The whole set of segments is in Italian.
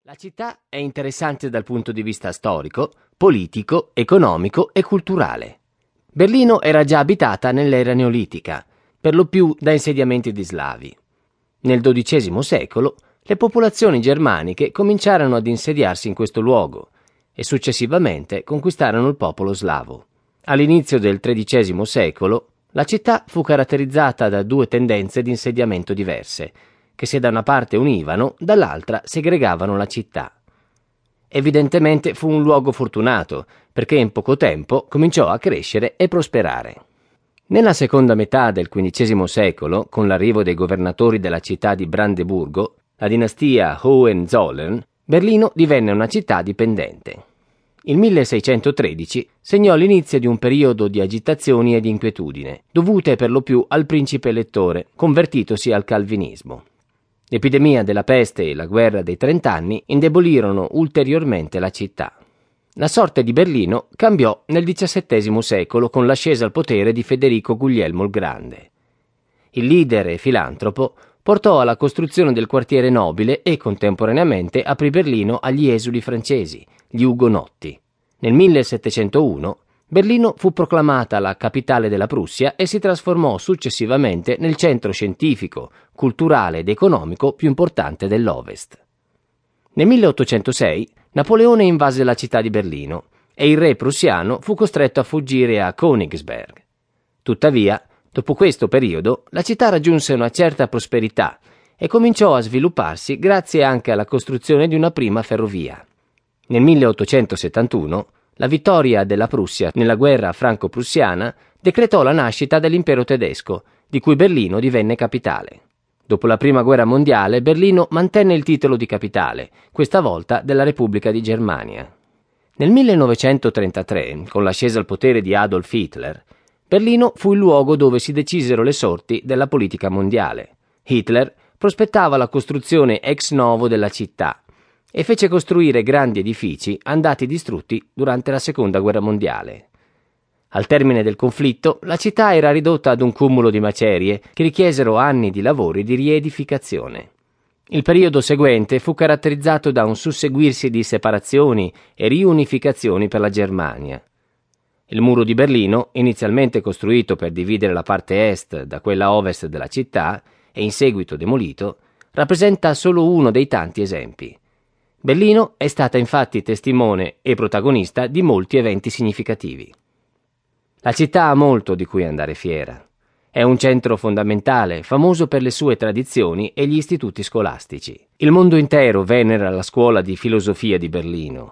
La città è interessante dal punto di vista storico, politico, economico e culturale. Berlino era già abitata nell'era neolitica, per lo più da insediamenti di slavi. Nel XII secolo le popolazioni germaniche cominciarono ad insediarsi in questo luogo e successivamente conquistarono il popolo slavo. All'inizio del XIII secolo la città fu caratterizzata da due tendenze di insediamento diverse, che se da una parte univano, dall'altra segregavano la città. Evidentemente fu un luogo fortunato, perché in poco tempo cominciò a crescere e prosperare. Nella seconda metà del XV secolo, con l'arrivo dei governatori della città di Brandeburgo, la dinastia Hohenzollern, Berlino divenne una città dipendente. Il 1613 segnò l'inizio di un periodo di agitazioni e di inquietudine, dovute per lo più al principe elettore, convertitosi al calvinismo. L'epidemia della peste e la guerra dei 30 anni indebolirono ulteriormente la città. La sorte di Berlino cambiò nel XVII secolo con l'ascesa al potere di Federico Guglielmo il Grande. Il leader e filantropo portò alla costruzione del quartiere nobile e contemporaneamente aprì Berlino agli esuli francesi, gli Ugonotti. Nel 1701 Berlino fu proclamata la capitale della Prussia e si trasformò successivamente nel centro scientifico, culturale ed economico più importante dell'Ovest. Nel 1806 Napoleone invase la città di Berlino e il re prussiano fu costretto a fuggire a Königsberg. Tuttavia, dopo questo periodo, la città raggiunse una certa prosperità e cominciò a svilupparsi grazie anche alla costruzione di una prima ferrovia. Nel 1871 la vittoria della Prussia nella guerra franco-prussiana decretò la nascita dell'impero tedesco, di cui Berlino divenne capitale. Dopo la Prima Guerra Mondiale, Berlino mantenne il titolo di capitale, questa volta della Repubblica di Germania. Nel 1933, con l'ascesa al potere di Adolf Hitler, Berlino fu il luogo dove si decisero le sorti della politica mondiale. Hitler prospettava la costruzione ex novo della città e fece costruire grandi edifici andati distrutti durante la Seconda Guerra Mondiale. Al termine del conflitto, la città era ridotta ad un cumulo di macerie che richiesero anni di lavori di riedificazione. Il periodo seguente fu caratterizzato da un susseguirsi di separazioni e riunificazioni per la Germania. Il muro di Berlino, inizialmente costruito per dividere la parte est da quella ovest della città e in seguito demolito, rappresenta solo uno dei tanti esempi. Berlino è stata infatti testimone e protagonista di molti eventi significativi. La città ha molto di cui andare fiera. È un centro fondamentale, famoso per le sue tradizioni e gli istituti scolastici. Il mondo intero venera la scuola di filosofia di Berlino.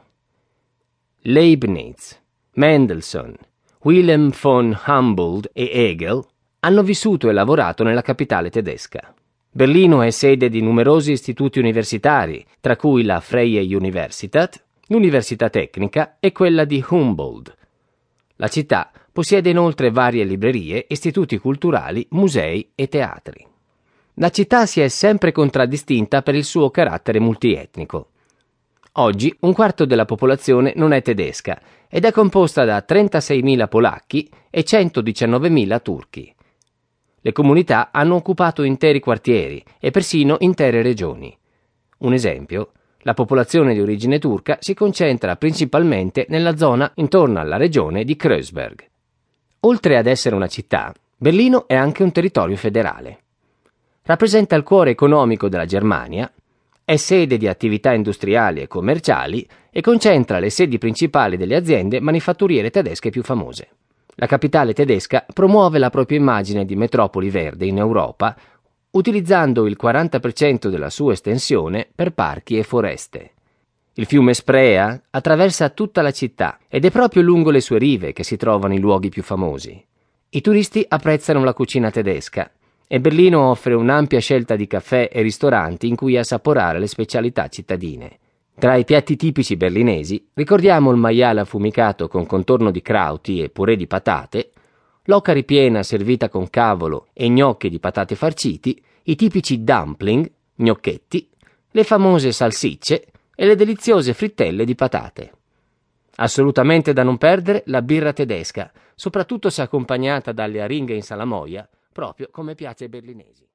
Leibniz, Mendelssohn, Wilhelm von Humboldt e Hegel hanno vissuto e lavorato nella capitale tedesca. Berlino è sede di numerosi istituti universitari, tra cui la Freie Universität, l'Università Tecnica e quella di Humboldt. La città possiede inoltre varie librerie, istituti culturali, musei e teatri. La città si è sempre contraddistinta per il suo carattere multietnico. Oggi un quarto della popolazione non è tedesca ed è composta da 36.000 polacchi e 119.000 turchi. Le comunità hanno occupato interi quartieri e persino intere regioni. Un esempio, la popolazione di origine turca si concentra principalmente nella zona intorno alla regione di Kreuzberg. Oltre ad essere una città, Berlino è anche un territorio federale. Rappresenta il cuore economico della Germania, è sede di attività industriali e commerciali e concentra le sedi principali delle aziende manifatturiere tedesche più famose. La capitale tedesca promuove la propria immagine di metropoli verde in Europa, utilizzando il 40% della sua estensione per parchi e foreste. Il fiume Spree attraversa tutta la città ed è proprio lungo le sue rive che si trovano i luoghi più famosi. I turisti apprezzano la cucina tedesca e Berlino offre un'ampia scelta di caffè e ristoranti in cui assaporare le specialità cittadine. Tra i piatti tipici berlinesi ricordiamo il maiale affumicato con contorno di krauti e purè di patate, l'oca ripiena servita con cavolo e gnocchi di patate farciti, i tipici dumpling, gnocchetti, le famose salsicce e le deliziose frittelle di patate. Assolutamente da non perdere la birra tedesca, soprattutto se accompagnata dalle aringhe in salamoia, proprio come piace ai berlinesi.